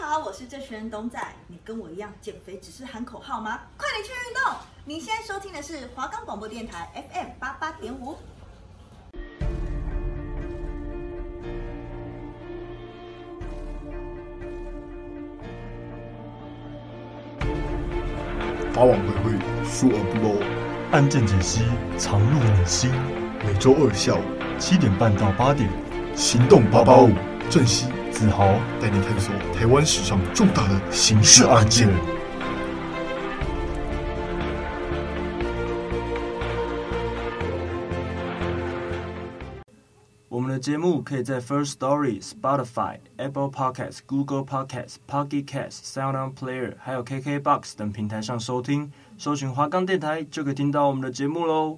好，我是这群人董仔。你跟我一样减肥只是喊口号吗？快点去运动！你现在收听的是华冈广播电台 FM88.5。 法网恢恢，疏而不漏， 案件解析，藏入你心。 每周二下午 7点半到8点， 行动885，正熙、 子豪带你探索台湾史上重大的刑事案件。 我们的节目可以在 First Story、Spotify、Apple Podcasts、Google Podcasts、Pocket Casts、Sound On Player 还有 KKBox 等平台上收听，搜寻华冈电台就可以听到我们的节目喽。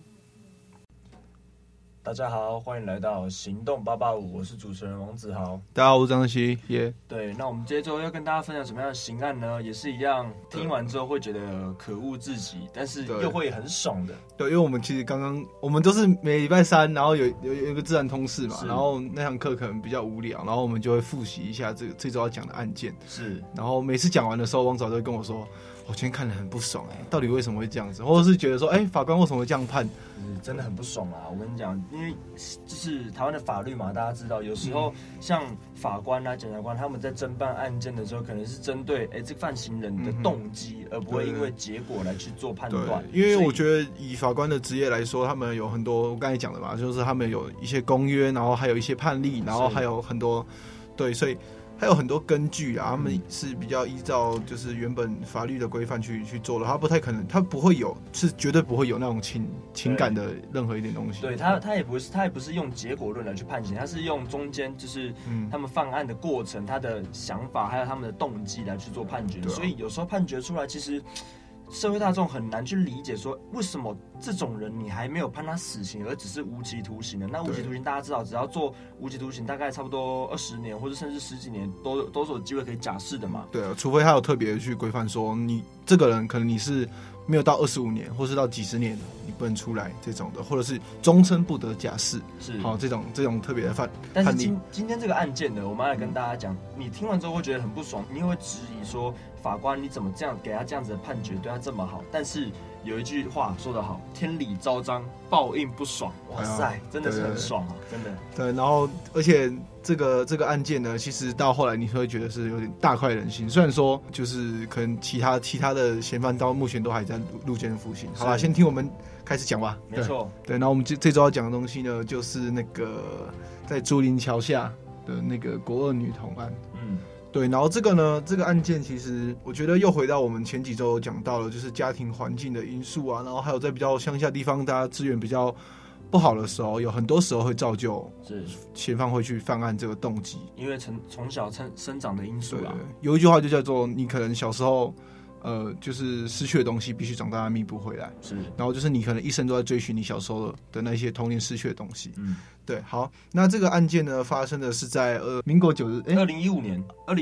大家好，欢迎来到行动885，我是主持人王子豪。 大家好，我是张希耶。 对，那我们这周要跟大家分享什么样的刑案呢？也是一样，听完之后会觉得可恶至极，但是又会很爽的。 对，因为我们其实我们都是每礼拜三，然后有一个自然通识嘛，然后那堂课可能比较无聊，然后我们就会复习一下这周要讲的案件。 是， 然后每次讲完的时候，王子豪都会跟我说，我今天看得很不爽到底为什么会这样子，或者是觉得说，法官为什么会这样判？ 真的很不爽啊！我跟你讲，因为就是台湾的法律嘛，大家知道，有时候像法官啊、检察官他们在侦办案件的时候，可能是针对这个犯行人的动机，而不会因为结果来去做判断。 因为我觉得以法官的职业来说，他们有很多我刚才讲的嘛，就是他们有一些公约，然后还有一些判例，然后还有很多对，所以还有很多根据啊，他们是比较依照就是原本法律的规范去做的，他不太可能，他不会有，是绝对不会有那种情感的任何一点东西。 对，他也不是用结果论来去判刑，他是用中间就是他们犯案的过程、他的想法还有他们的动机来去做判决。所以有时候判决出来，其实社会大众很难去理解说，为什么这种人你还没有判他死刑，而只是无期徒刑的？那无期徒刑大家知道，只要做无期徒刑，大概差不多20年或者甚至10几年，都是有机会可以假释的嘛。 对啊，除非他有特别去规范说，你这个人可能你是没有到25年，或是到几十年你不能出来这种的，或者是终身不得假释， 是好这种特别的判例。 但是今天这个案件呢，我们要来跟大家讲，你听完之后会觉得很不爽，你会质疑说，法官你怎么这样给他这样子的判决，对他这么好？但是有一句话说得好，天理昭彰，报应不爽。哇塞，真的是很爽啊，真的。 对，然后而且这个案件呢，其实到后来你会觉得是有点大快人心。虽然说就是可能其他的嫌犯到目前都还在入监服刑。好吧，先听我们开始讲吧。 没错。 对，然后我们这周要讲的东西呢，就是那个在竹林桥下的那个国2女童案。对，然后这个案件其实我觉得又回到我们前几周讲到了，就是家庭环境的因素啊，然后还有在比较乡下地方，大家资源比较不好的时候，有很多时候会造就嫌犯会去犯案这个动机， 因为从小生长的因素啊。 有一句话就叫做你可能小时候就是失去的东西必须长大弥补回来，是，然后就是你可能一生都在追寻你小时候的那些童年失去的东西。对，好，那这个案件呢，发生的是在民国 2015年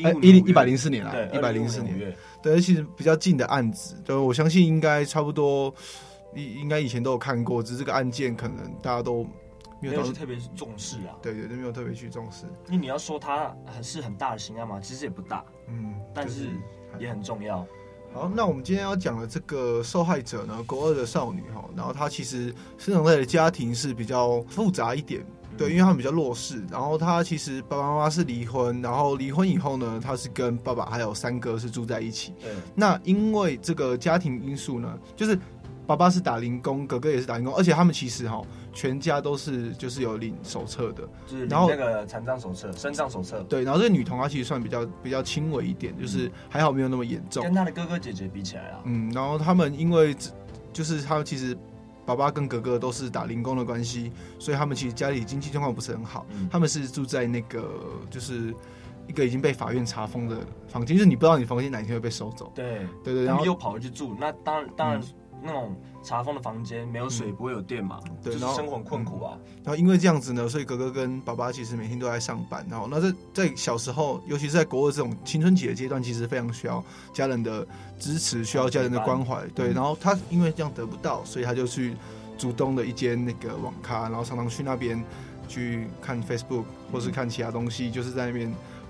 ，104年啊， 对 104年，对，其实比较近的案子，对，我相信应该差不多，应该以前都有看过，只是这个案件可能大家都没有去特别重视啊， 对，没有特别去重视。 因为你要说它是很大的刑案嘛，其实也不大，但是也很重要。 好，那我们今天要讲的这个受害者呢，国2的少女然后她其实生长在的家庭是比较复杂一点，对，因为她们比较弱势，然后她其实爸爸妈妈是离婚，然后离婚以后呢，她是跟爸爸还有3哥是住在一起。对，那因为这个家庭因素呢，就是爸爸是打零工，哥哥也是打零工，而且他们其实全家都是就是有领手册的， 就是领那个残障手册、身障手册。 对，然后这个女童她其实算比较轻微一点，就是还好没有那么严重， 跟她的哥哥姐姐比起来啊。 然后他们因为就是他们其实爸爸跟哥哥都是打零工的关系，所以他们其实家里经济状况不是很好。他们是住在那个就是一个已经被法院查封的房间，就是你不知道你房间哪一天会被收走。 对， 然后又跑回去住，那当然。那种查封的房间没有水，不会有电嘛，就是生活很困苦啊。 然后因为这样子呢，所以哥哥跟爸爸其实每天都在上班。然后那在小时候，尤其是在国2这种青春期的阶段，其实非常需要家人的支持，需要家人的关怀。对，然后他因为这样得不到，所以他就去主动的一间那个网咖，然后常常去那边去看 Facebook 或是看其他东西，就是在那边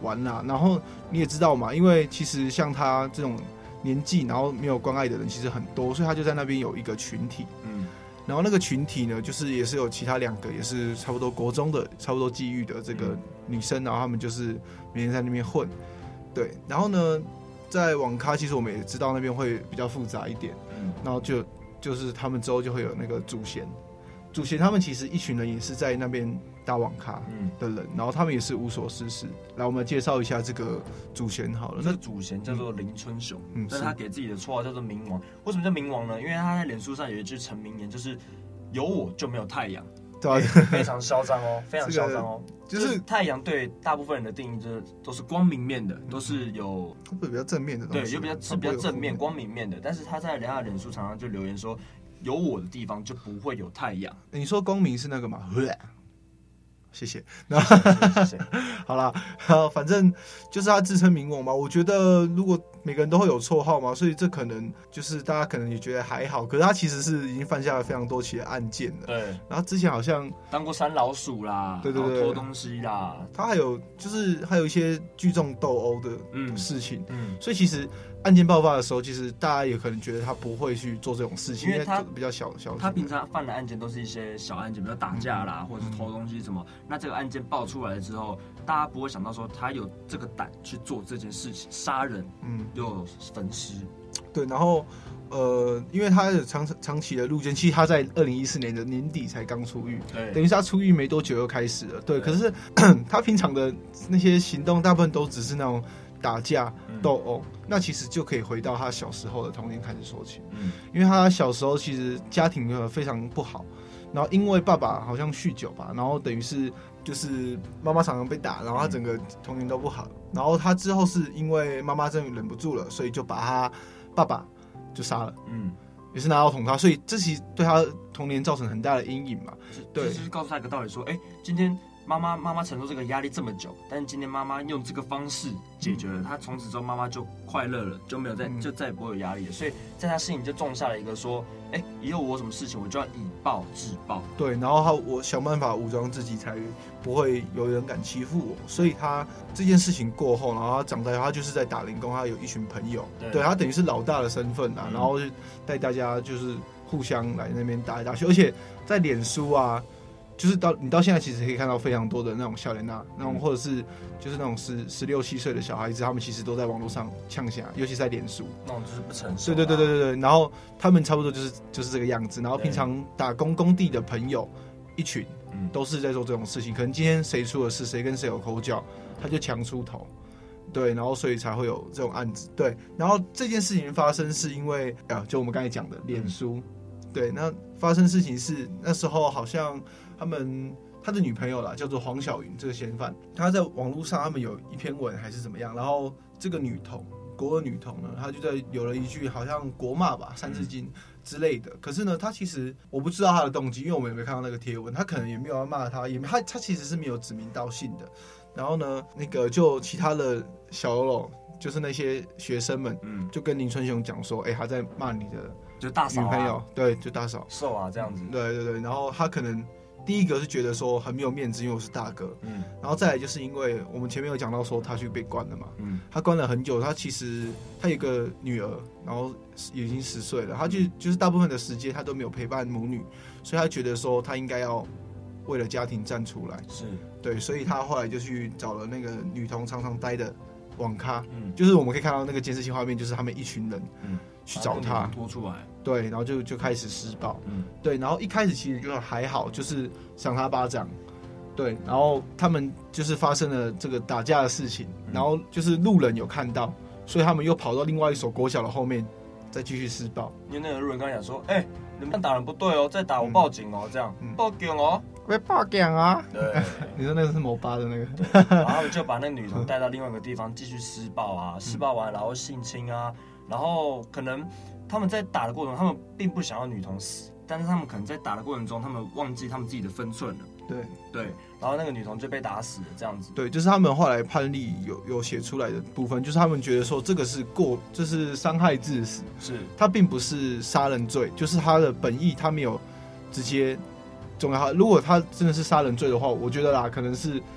玩啦。然后你也知道嘛，因为其实像他这种年纪，然后没有关爱的人其实很多，所以他就在那边有一个群体。然后那个群体呢，就是也是有其他2个也是差不多国中的、差不多际遇的这个女生，然后他们就是每天在那边混。对，然后呢，在网咖其实我们也知道那边会比较复杂一点，然后就是他们之后就会有那个主嫌他们其实一群人也是在那边打网咖的人，然后他们也是无所事事。来，我们介绍一下这个主嫌好了。 这个主嫌叫做林春雄，但是他给自己的绰号叫做冥王。为什么叫冥王呢？因为他在脸书上有一句成名言，就是有我就没有太阳。对，非常嚣张哦，非常嚣张哦。就是太阳对大部分人的定义就是都是光明面的，都是有比较正面的东西， 对，比较正面、光明面的。但是他在他的脸书常常就留言说，有我的地方就不会有太阳。 你说光明是那个吗？谢谢。 谢谢。 好啦，反正就是他自称冥王嘛。我觉得如果每个人都会有绰号嘛，所以这可能就是大家可能也觉得还好。可是他其实是已经犯下了非常多起的案件了。 对。 然后之前好像当过山老鼠啦，对，偷东西啦。 他还有一些聚众斗殴的事情。所以其实案件爆发的时候，其实大家也可能觉得他不会去做这种事情，因为他比较小。 他平常犯的案件都是一些小案件，比如打架啦，或者是偷东西什么。那这个案件爆出来了之后，大家不会想到说他有这个胆去做这件事情，杀人，又有焚尸。 对，然后因为他有长期的路线，其实他在2014年的年底才刚出狱，等于是他出狱没多久又开始了。对，可是他平常的那些行动，大部分都只是那种打架斗殴，那其实就可以回到他小时候的童年开始说起。因为他小时候其实家庭非常不好，然后因为爸爸好像酗酒吧，然后等于是就是妈妈常常被打，然后他整个童年都不好。然后他之后是因为妈妈真的忍不住了，所以就把他爸爸就杀了，也是拿刀捅他，所以这其实对他童年造成很大的阴影嘛。对， 就是告诉他一个道理说，今天妈妈承受这个压力这么久，但是今天妈妈用这个方式解决了，她从此之后妈妈就快乐了，就没有就再也不会有压力了。所以在她心里就种下了一个说，以后我有什么事情我就要以暴制暴。对， 然后我想办法武装自己，才不会有人敢欺负我。所以他这件事情过后，然后他长大以后，他就是在打零工，他有一群朋友，对他等于是老大的身份啦，然后带大家就是互相来那边打来打去，而且在脸书啊。就是你到现在其实可以看到非常多的那种笑脸呐，那种或者是就是那种16、17岁的小孩子，他们其实都在网络上呛下，尤其是在脸书， 那种就是不成熟。 对，然后他们差不多就是这个样子，然后平常打工地的朋友一群，都是在做这种事情，可能今天谁出了事，谁跟谁有口角，他就强出头，对，然后所以才会有这种案子，对，然后这件事情发生是因为就我们刚才讲的脸书，对，那发生事情是那时候好像。他的女朋友啦，叫做黄晓云，这个嫌犯，他在网络上他们有一篇文还是怎么样，然后这个国二女童呢，她就在有了一句好像国骂吧，三字经之类的。可是呢，她其实我不知道她的动机，因为我们也没看到那个贴文，她可能也没有要骂她，她其实是没有指名道姓的。然后呢，那个就其他的小喽啰，就是那些学生们，就跟林春雄讲说，他在骂你的就大嫂、 女朋友，对，就大嫂瘦啊这样子， 对，然后他可能。第一个是觉得说很没有面子，因为我是大哥，然后再来就是因为我们前面有讲到说他去被关了嘛，他关了很久，他有个女儿，然后已经10岁了，他就是大部分的时间他都没有陪伴母女，所以他觉得说他应该要为了家庭站出来，是对，所以他后来就去找了那个女童常常待的网咖，就是我们可以看到那个监视器画面，就是他们一群人去找他拖出来。 对，然后就开始施暴，对，然后一开始其实就还好，就是赏他巴掌，对，然后他们就是发生了这个打架的事情，然后就是路人有看到，所以他们又跑到另外一所国小的后面再继续施暴。 因为那个路人刚才讲说，你们打人不对哦，再打我报警哦，这样报警哦， 会报警啊？ 对， 你说那个是某巴的那个， 然后就把那个女童带到另外一个地方继续施暴啊，施暴完然后性侵啊，然后可能。他们在打的过程中，他们并不想要女童死，但是他们可能在打的过程中，他们忘记他们自己的分寸了。对，然后那个女童就被打死了，这样子。 对，就是他们后来判例有写出来的部分，就是他们觉得说这个是就是伤害致死，是他并不是杀人罪，就是他的本意他没有直接中他。如果他真的是杀人罪的话，我觉得啦，可能是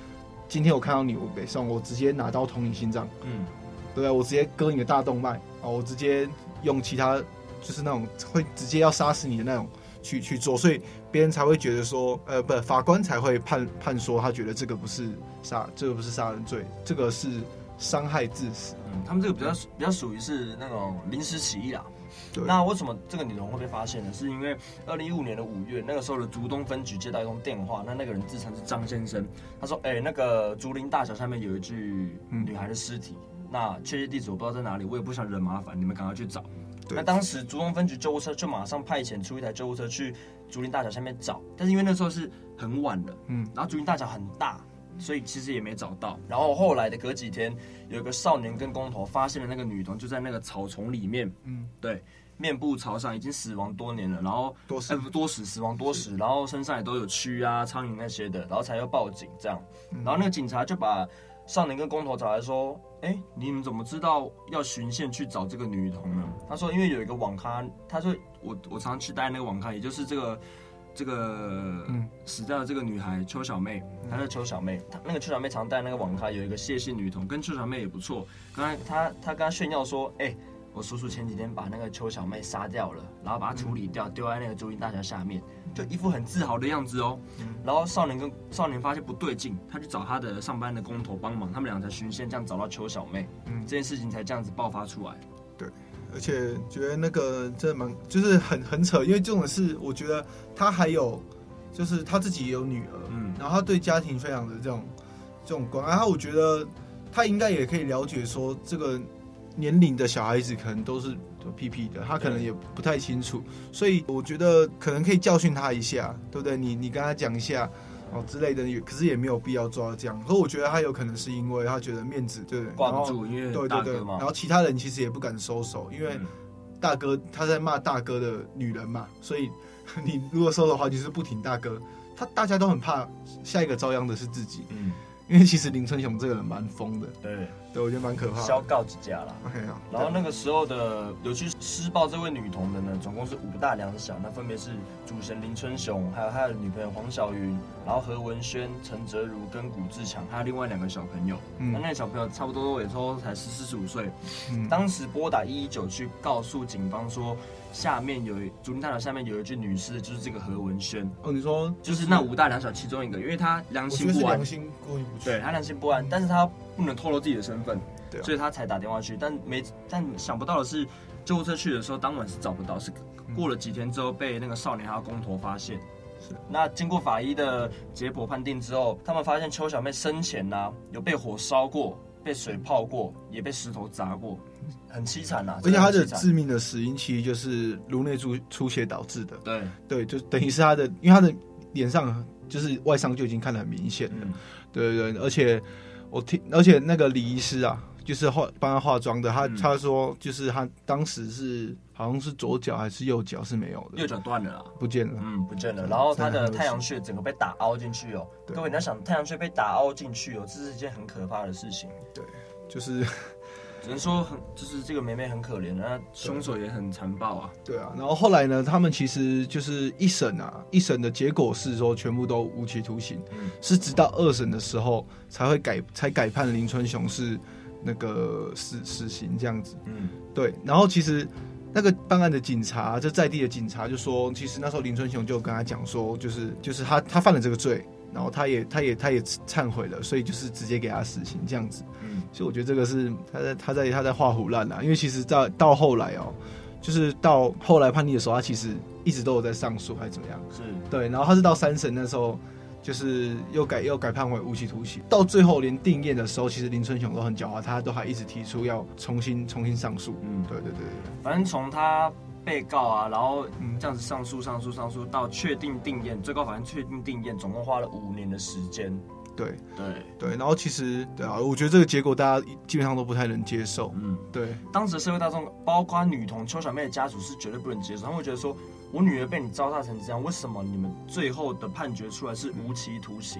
今天我看到你，我北宋，我直接拿刀捅你心脏，对不对？我直接割你的大动脉，我直接用其他就是那种会直接要杀死你的那种去做，所以别人才会觉得说，法官才会判说他觉得这个不是杀人罪，这个是伤害致死。 他们这个比较属于是那种临时起意啦。那为什么这个女童会被发现呢？是因为2015年的5月，那个时候的竹东分局接到一通电话，那个人自称是张先生，他说：“那个竹林大桥下面有一具女孩的尸体，那确切地址我不知道在哪里，我也不想惹麻烦，你们赶快去找。”那当时竹东分局救护车就马上派遣出一台救护车去竹林大桥下面找，但是因为那时候是很晚了，然后竹林大桥很大。所以其实也没找到，然后后来的隔几天，有一个少年跟工头发现了那个女童就在那个草丛里面，对，面部朝上，已经死亡多年了，然后死亡多时，然后身上也都有蛆啊、苍蝇那些的，然后才要报警这样，然后那个警察就把少年跟工头找来说，你们怎么知道要循线去找这个女童呢？他说因为有一个网咖，他说我常去待那个网咖，也就是这个死掉的这个女孩邱小妹，她叫邱小妹，那个邱小妹常带那个网咖有一个谢姓女童，跟邱小妹也不错。刚才她跟她炫耀说，我叔叔前几天把那个邱小妹杀掉了，然后把她处理掉，丢在那个竹林大桥下面，就一副很自豪的样子哦。然后少年发现不对劲，他去找他的上班的工头帮忙，他们俩才循线这样找到邱小妹，这件事情才这样子爆发出来。 对。而且觉得那个真的就是很扯，因为这种事，我觉得他还有，就是他自己也有女儿，然后他对家庭非常的这种关爱，我觉得他应该也可以了解说，这个年龄的小孩子可能都是屁屁的，他可能也不太清楚，所以我觉得可能可以教训他一下，对不对？你跟他讲一下。之类的，可是也没有必要做到这样。可我觉得他有可能是因为他觉得面子，对， 挂不住，因为大哥嘛。 然后其他人其实也不敢收手，因为大哥他在骂大哥的女人嘛，所以你如果收的话，你是不挺大哥，大家都很怕下一个遭殃的是自己。因为其实林春雄这个人蛮疯的，对，我觉得蛮可怕的， 消告几家啦。 OK 啊。 然后那个时候的有去施暴这位女童的呢，总共是5大2小，那分别是主嫌林春雄，还有他的女朋友黄小云，然后何文轩、陈哲如跟古志强，还有另外2个小朋友。那个小朋友差不多也都才14、15岁。当时拨打119去告诉警方说，竹林大桥下面有一具女尸，就是这个何文轩。 你说就是那5大2小其中一个，因为他良心不安，对他良心不安，但是他不能透露自己的身份，所以他才打电话去。但想不到的是，救护车去的时候当晚是找不到，是过了几天之后被那个少年还有工头发现。那经过法医的解剖判定之后，他们发现邱小妹生前有被火烧过，被水泡过，也被石头砸过，很凄惨呐。 而且她的致命的死因其实就是颅内出血导致的。对，就等于是她的，因为她的脸上就是外伤就已经看得很明显了。对，而且那个李医师啊，就是帮他化妆的，他说就是他当时是好像是左脚还是右脚是没有的， 右脚断了啦， 不见了， 不见了。然后他的太阳穴整个被打凹进去哦，各位你要想太阳穴被打凹进去哦，这是一件很可怕的事情。 对，就是只能说就是这个妹妹很可怜，那凶手也很残暴啊。 对啊，然后后来呢，他们其实就是一审的结果是说全部都无期徒刑，是直到2审的时候才改判林春雄是那个死刑这样子。对，然后其实那个办案的警察，就在地的警察就说，其实那时候林春雄就跟他讲说，就是他犯了这个罪。然后他也忏悔了，所以就是直接给他死刑这样子。所以我觉得这个是他在画虎烂啦，因为其实到后来就是到后来判定的时候，他其实一直都有在上诉还是怎么样？是对，然后他是到3审那时候，就是又改判为无期徒刑，到最后连定验的时候，其实林春雄都很狡猾，他都还一直提出要重新上诉。对， 反正从他被告然后这样子上诉到确定定验，最高法院确定定验，总共花了5年的时间。对，然后其实我觉得这个结果大家基本上都不太能接受。对， 当时的社会大众，包括女童邱小妹的家属是绝对不能接受，他们会觉得说，我女儿被你糟蹋成这样，为什么你们最后的判决出来是无期徒刑？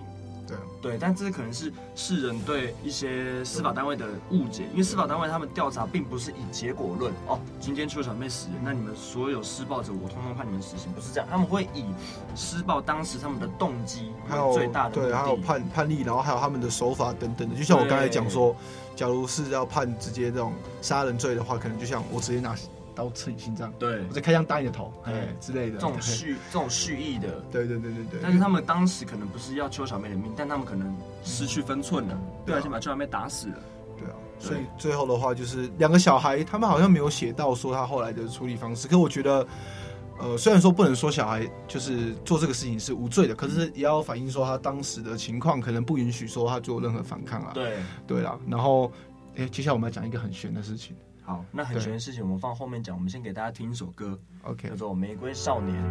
对，但这可能是世人对一些司法单位的误解，因为司法单位他们调查并不是以结果论哦，今天邱小妹死人，那你们所有施暴者我通通判你们死刑，不是这样，他们会以施暴当时他们的动机为最大的目的， 对，还有判例，然后还有他们的手法等等的，就像我刚才讲说，假如是要判直接这种杀人罪的话，可能就像我直接拿刀刺你心脏， 对， 我再开枪打你的头，之类的， 这种蓄意的， 对。 但是他们当时可能不是要邱小妹的命，但他们可能失去分寸了，不小心把邱小妹打死了。 对啊，所以最后的话就是2个小孩，他们好像没有写到说他后来的处理方式。可我觉得，虽然说不能说小孩就是做这个事情是无罪的，可是也要反映说他当时的情况可能不允许说他做任何反抗啊。对啦，然后，接下来我们要讲一个很悬的事情。 好，那很悬的事情我们放后面讲，我们先给大家听一首歌 ，OK， 叫做《玫瑰少年》。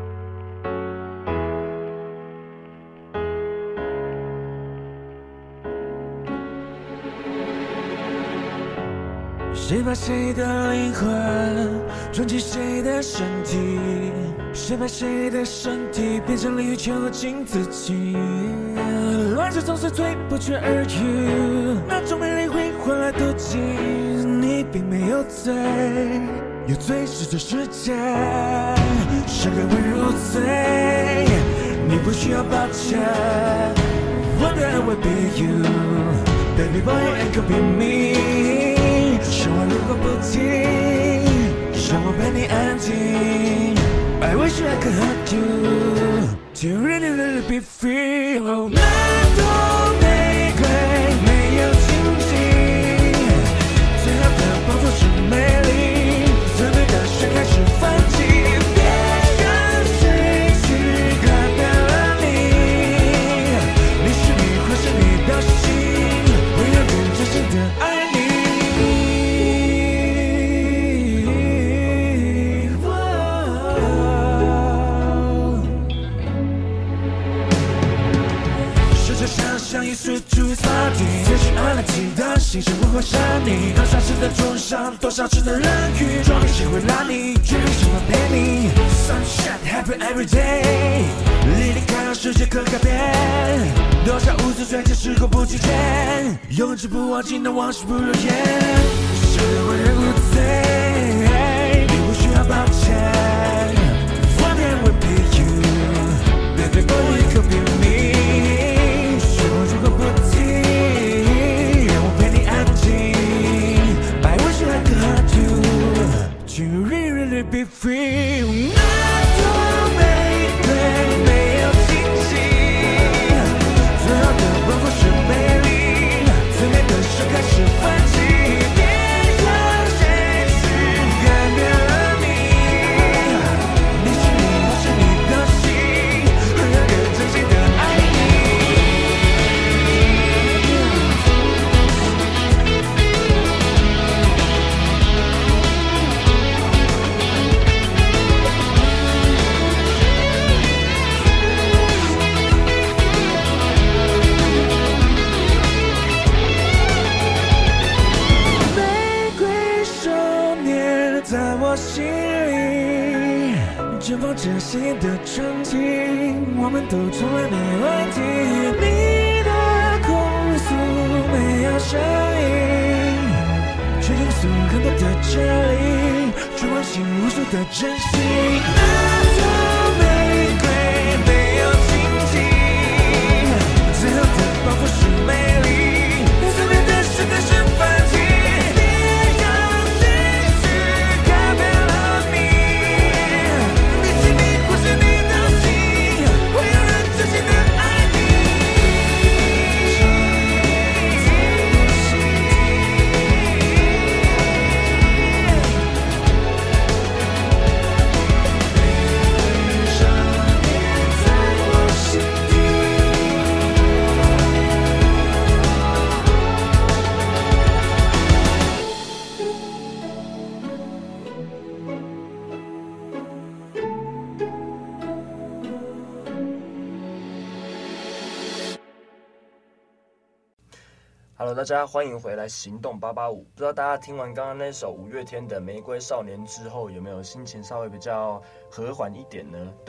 谁把谁的灵魂装进谁的身体？谁把谁的身体变成利欲囚禁自己？乱世总是最不绝而语，那种美丽会换来妒忌。你并没有罪，有罪是这世界，伤感会入罪，你不需要抱歉。One day I will be you, baby boy and could be me。生活如果不停，让我陪你安静。I wish I could hug you, to really really be free。那朵玫瑰没有荆棘，最好的报复是美丽，最美的是开始反击。别让谁去改变了你，你是你或是你的心，我永远真心的爱你。像一岁注意法庭，最是爱来激的心是无法删你。多少次的重伤，多少次的人鱼，装逼谁会拉你？绝对什么陪你 ？Sunshine happy every day， 离离开让世界可改变。多少无知追求时过不去见，永志不忘记那往事不如烟。是为人无罪，你不需要抱歉。One day will be you, baby boy you could be me。如果不停，让我陪你安静。I wish I could hug you, to really really be free。那朵玫瑰没有荆棘，最好的报复是美丽，最美的是开始反击。别让谁去改变了你，你是你，我是你的心，我永远真心的爱你。心里绽放着新的纯情，我们都从来没问题。你的控诉没有声音，却倾诉很多的真理，去唤醒无数的真心。那朵玫瑰没有荆棘，最后的报复是美丽，最美的是开始反击。 Hello， 大家欢迎回来行动885。不知道大家听完刚刚那首五月天的《玫瑰少年》之后，有没有心情稍微比较和缓一点呢？对，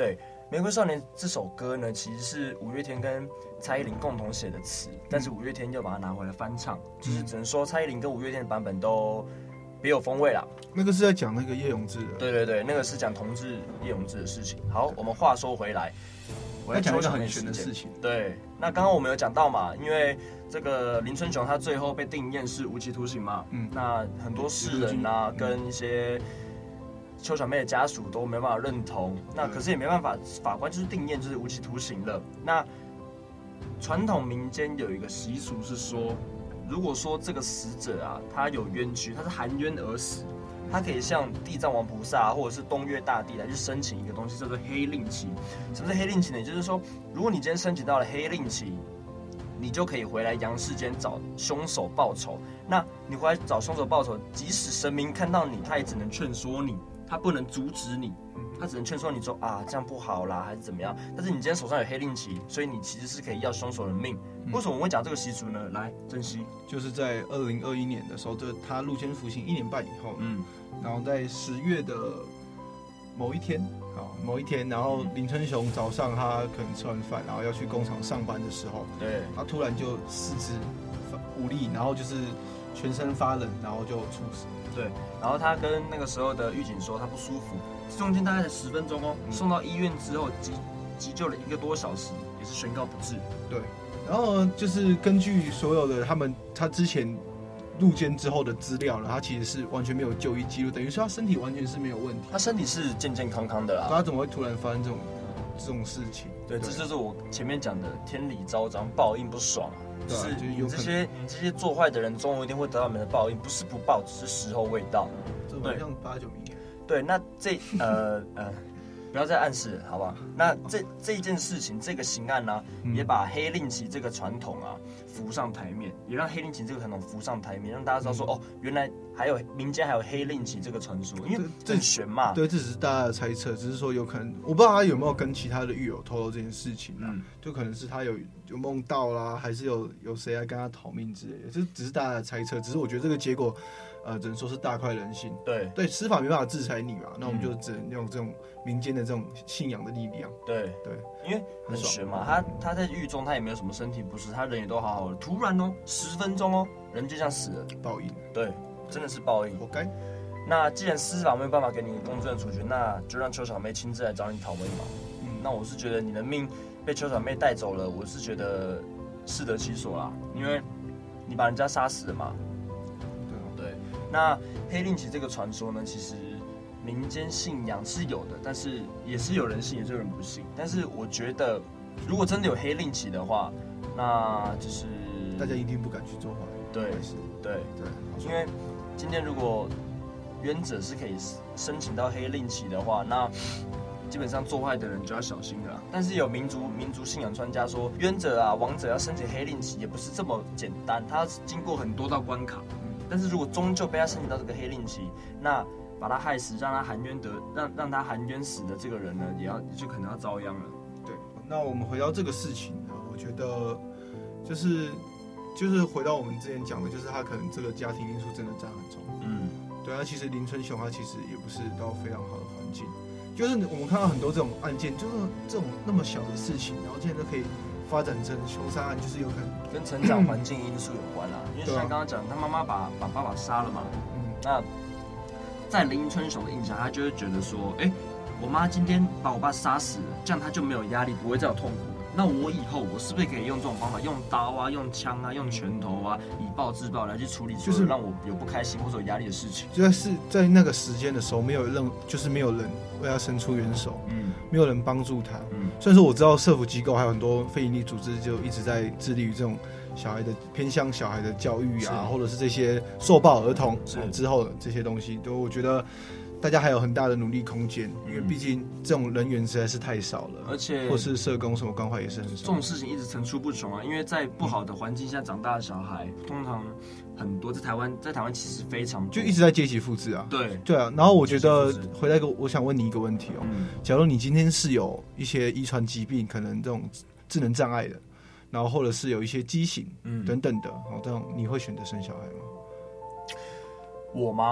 玫瑰少年》这首歌呢，其实是五月天跟蔡依林共同写的词，但是五月天又把它拿回来翻唱，就是只能说蔡依林跟五月天的版本都别有风味啦。 那个是在讲那个叶永志的， 对对对，那个是讲同志叶永志的事情。好，我们话说回来，我要讲一个很玄的事情。 对，那刚刚我们有讲到嘛，因为这个林春雄他最后被定验是无期徒刑嘛，那很多世人啊，跟一些邱小妹的家属都没办法认同，那可是也没办法，法官就是定验就是无期徒刑了。那传统民间有一个习俗是说，如果说这个死者啊，他有冤屈，他是含冤而死，他可以向地藏王菩萨或者是东岳大帝来去申请一个东西，叫做黑令旗。什么是黑令旗呢？也就是说，如果你今天申请到了黑令旗，你就可以回来阳世间找凶手报仇。那你回来找凶手报仇，即使神明看到你，他也只能劝说你，他不能阻止你，他只能劝说你说啊，这样不好啦，还是怎么样。但是你今天手上有黑令旗，所以你其实是可以要凶手的命。为什么我会讲这个习俗呢？来，珍惜， 就是在2021年的时候，他入监服刑1年半以后，然后在10月的某一天，然后林春雄早上他可能吃完饭，然后要去工厂上班的时候， 对， 他突然就四肢无力，然后就是全身发冷，然后就猝死。 对，然后他跟那个时候的狱警说他不舒服，中间大概才10分钟哦，送到医院之后急救了1个多小时，也是宣告不治。 对，然后就是根据所有的他之前入监之后的资料呢，他其实是完全没有就医记录，等于说他身体完全是没有问题。 他身体是健健康康的啦， 他怎么会突然发生这种事情？ 对，这就是我前面讲的天理昭彰，报应不爽。就是你这些做坏的人，总有一天会得到你们的报应，不是不报，只是时候未到。 这好像8、9名。 对，那不要再暗示了，好不好？那这一件事情，这个刑案呢，也把黑令旗这个传统啊浮上台面，也让黑令旗这个传统浮上台面，让大家知道说，哦，原来民间还有黑令旗这个传说，因为这很悬嘛。 对，这只是大家的猜测，只是说有可能，我不知道他有没有跟其他的狱友透露这件事情啊，就可能是他有梦到啦，还是有谁来跟他讨命之类的，这只是大家的猜测。只是我觉得这个结果，只能说是大快人心。对，司法没办法制裁你嘛，那我们就只能用这种民间的这种信仰的力量。 对，因为很悬嘛，他在狱中他也没有什么身体不适，他人也都好好的，突然哦10分钟哦，人就这样死了， 报应。 对，真的是报应， 活该。 那既然司法没有办法给你公正的处决，那就让邱小妹亲自来找你讨命嘛。那我是觉得你的命被邱小妹带走了，我是觉得适得其所啦，因为你把人家杀死了嘛。对，那黑令旗这个传说呢，其实民间信仰是有的，但是也是有人信，也是有人不信。但是我觉得，如果真的有黑令旗的话，那就是大家一定不敢去做坏。 对，因为今天如果冤者是可以申请到黑令旗的话，那基本上做坏的人就要小心了。但是有民族信仰专家说，冤者啊、亡者要申请黑令旗也不是这么简单，他经过很多道关卡。但是如果终究被他申请到这个黑令旗，那把他害死，让他含冤让他含冤死的这个人呢，也就可能要遭殃了。 对，那我们回到这个事情呢，我觉得就是回到我们之前讲的，就是他可能这个家庭因素真的占很重。对啊，其实林春雄他其实也不是到非常好的环境，就是我们看到很多这种案件，就是这种那么小的事情，然后竟然都可以发展成凶杀案，就是有可能跟成长环境因素有关啦。因为就像刚刚讲，他妈妈把爸爸杀了嘛，那在林春雄的印象，他就会觉得说，我妈今天把我爸杀死了，这样他就没有压力，不会再有痛苦。那我以后我是不是可以用这种方法，用刀啊、用枪啊、用拳头啊，以暴制暴来去处理，就是让我有不开心或者有压力的事情？ 就是在那个时间的时候，没有人为他伸出援手，没有人帮助他。虽然说我知道社福机构还有很多非营利组织就一直在致力于这种小孩的偏向小孩的教育啊，或者是这些受暴儿童之后的这些东西，都我觉得大家还有很大的努力空间，因为毕竟这种人员实在是太少了， 而且或是社工什么关怀也是很少。 这种事情一直层出不穷啊，因为在不好的环境下长大的小孩，通常很多在台湾其实非常多， 就一直在阶级复制啊。对啊，然后我觉得回来我想问你一个问题哦，假如你今天是有一些遗传疾病，可能这种智能障碍的，然后或者是有一些畸形等等的，这种你会选择生小孩吗？ 我吗？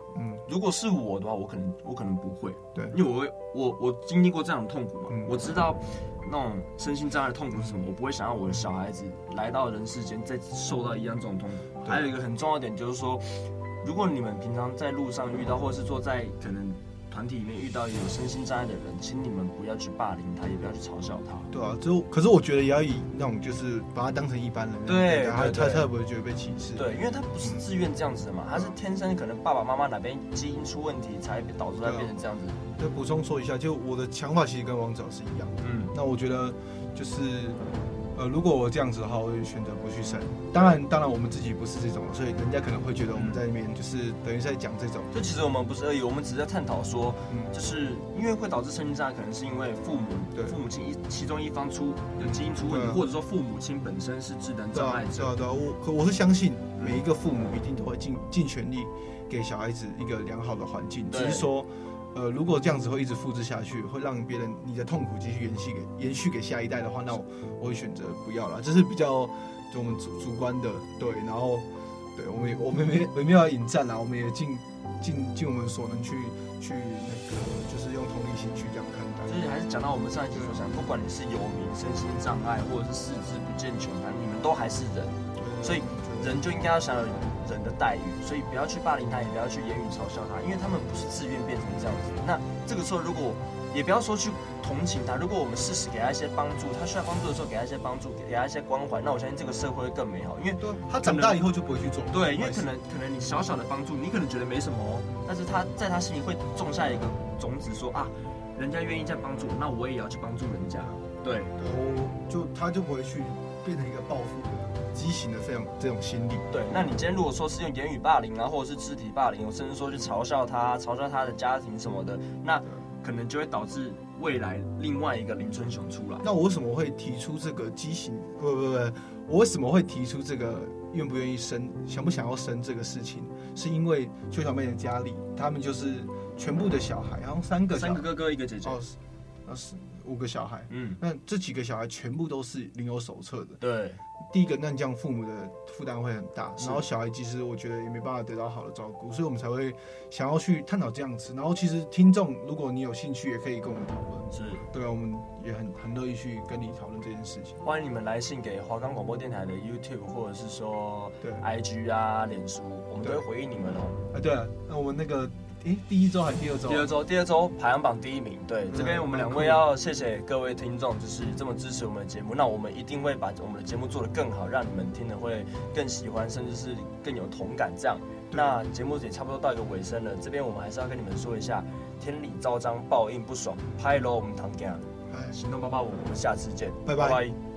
如果是我的话，我可能不会， 对， 因为我经历过这样的痛苦嘛，我知道那种身心障碍的痛苦是什么，我不会想要我的小孩子来到人世间再受到一样这种痛苦。还有一个很重要的点就是说，如果你们平常在路上遇到，或者是说在可能团体里面遇到有身心障碍的人，请你们不要去霸凌他，也不要去嘲笑他。 对啊，可是我觉得也要以那种就是把他当成一般人， 对， 他也不会觉得被歧视。 对，因为他不是自愿这样子的嘛，他是天生可能爸爸妈妈哪边基因出问题，才导致他变成这样子。 对，补充说一下，就我的想法其实跟王子老师一样。那我觉得就是。如果我这样子的话，我会选择不去生。当然，我们自己不是这种，所以人家可能会觉得我们在那边就是等于在讲这种。 就其实我们不是恶意，我们只是在探讨说，就是因为会导致身心障碍，可能是因为父母亲其中一方有基因出问题，或者说父母亲本身是智能障碍者。 对，我是相信每一个父母一定都会尽全力给小孩子一个良好的环境，只是说。如果这样子会一直复制下去，会让别人你的痛苦继续延续给下一代的话，那我会选择不要啦。这是比较就我们主观的，对。然后，对我们没有要引战啦，我们也尽我们所能去那个，就是用同理心去这样看待。 就是还是讲到我们上一集所讲，不管你是有名、身心障碍，或者是四肢不健全，反正你们都还是人，所以人就应该要享有人的待遇，所以不要去霸凌他，也不要去言语嘲笑他，因为他们不是自愿变成这样子。那这个时候，如果也不要说去同情他，如果我们适时给他一些帮助，他需要帮助的时候给他一些帮助，给他一些关怀，那我相信这个社会会更美好。因为他长大以后就不会去做。 对，因为可能你小小的帮助，你可能觉得没什么哦，但是他在他心里会种下一个种子说啊，人家愿意这样帮助，那我也要去帮助人家。对， 他就不会去变成一个报复的。畸形的这种心理。 对，那你今天如果说是用言语霸凌啊，或者是肢体霸凌，甚至说去嘲笑他的家庭什么的，那可能就会导致未来另外一个林春雄出来。 那我为什么会提出这个畸形？不，我为什么会提出这个愿不愿意生、想不想要生这个事情？是因为邱小妹的家里，他们就是全部的小孩，然后三个哥哥一个姐姐。 5个小孩，那这几个小孩全部都是领有手册的。 对， 第一个，那这样父母的负担会很大，然后小孩其实我觉得也没办法得到好的照顾，所以我们才会想要去探讨这样子。然后其实听众，如果你有兴趣，也可以跟我们讨论。 是， 对啊，我们也很乐意去跟你讨论这件事情。 欢迎你们来信给华冈广播电台的 YouTube 或者是说对 IG 啊、脸书，我们都会回应你们哦。 对啊，那我们那个。第一周还是第二周？ 第二周排行榜第1名。对，这边我们2位要谢谢各位听众，就是这么支持我们的节目。那我们一定会把我们的节目做得更好，让你们听得会更喜欢，甚至是更有同感。这样，那节目也差不多到一个尾声了。这边我们还是要跟你们说一下，天理昭彰，报应不爽，拍喽我们堂家，行动885，我们下次见， 拜拜。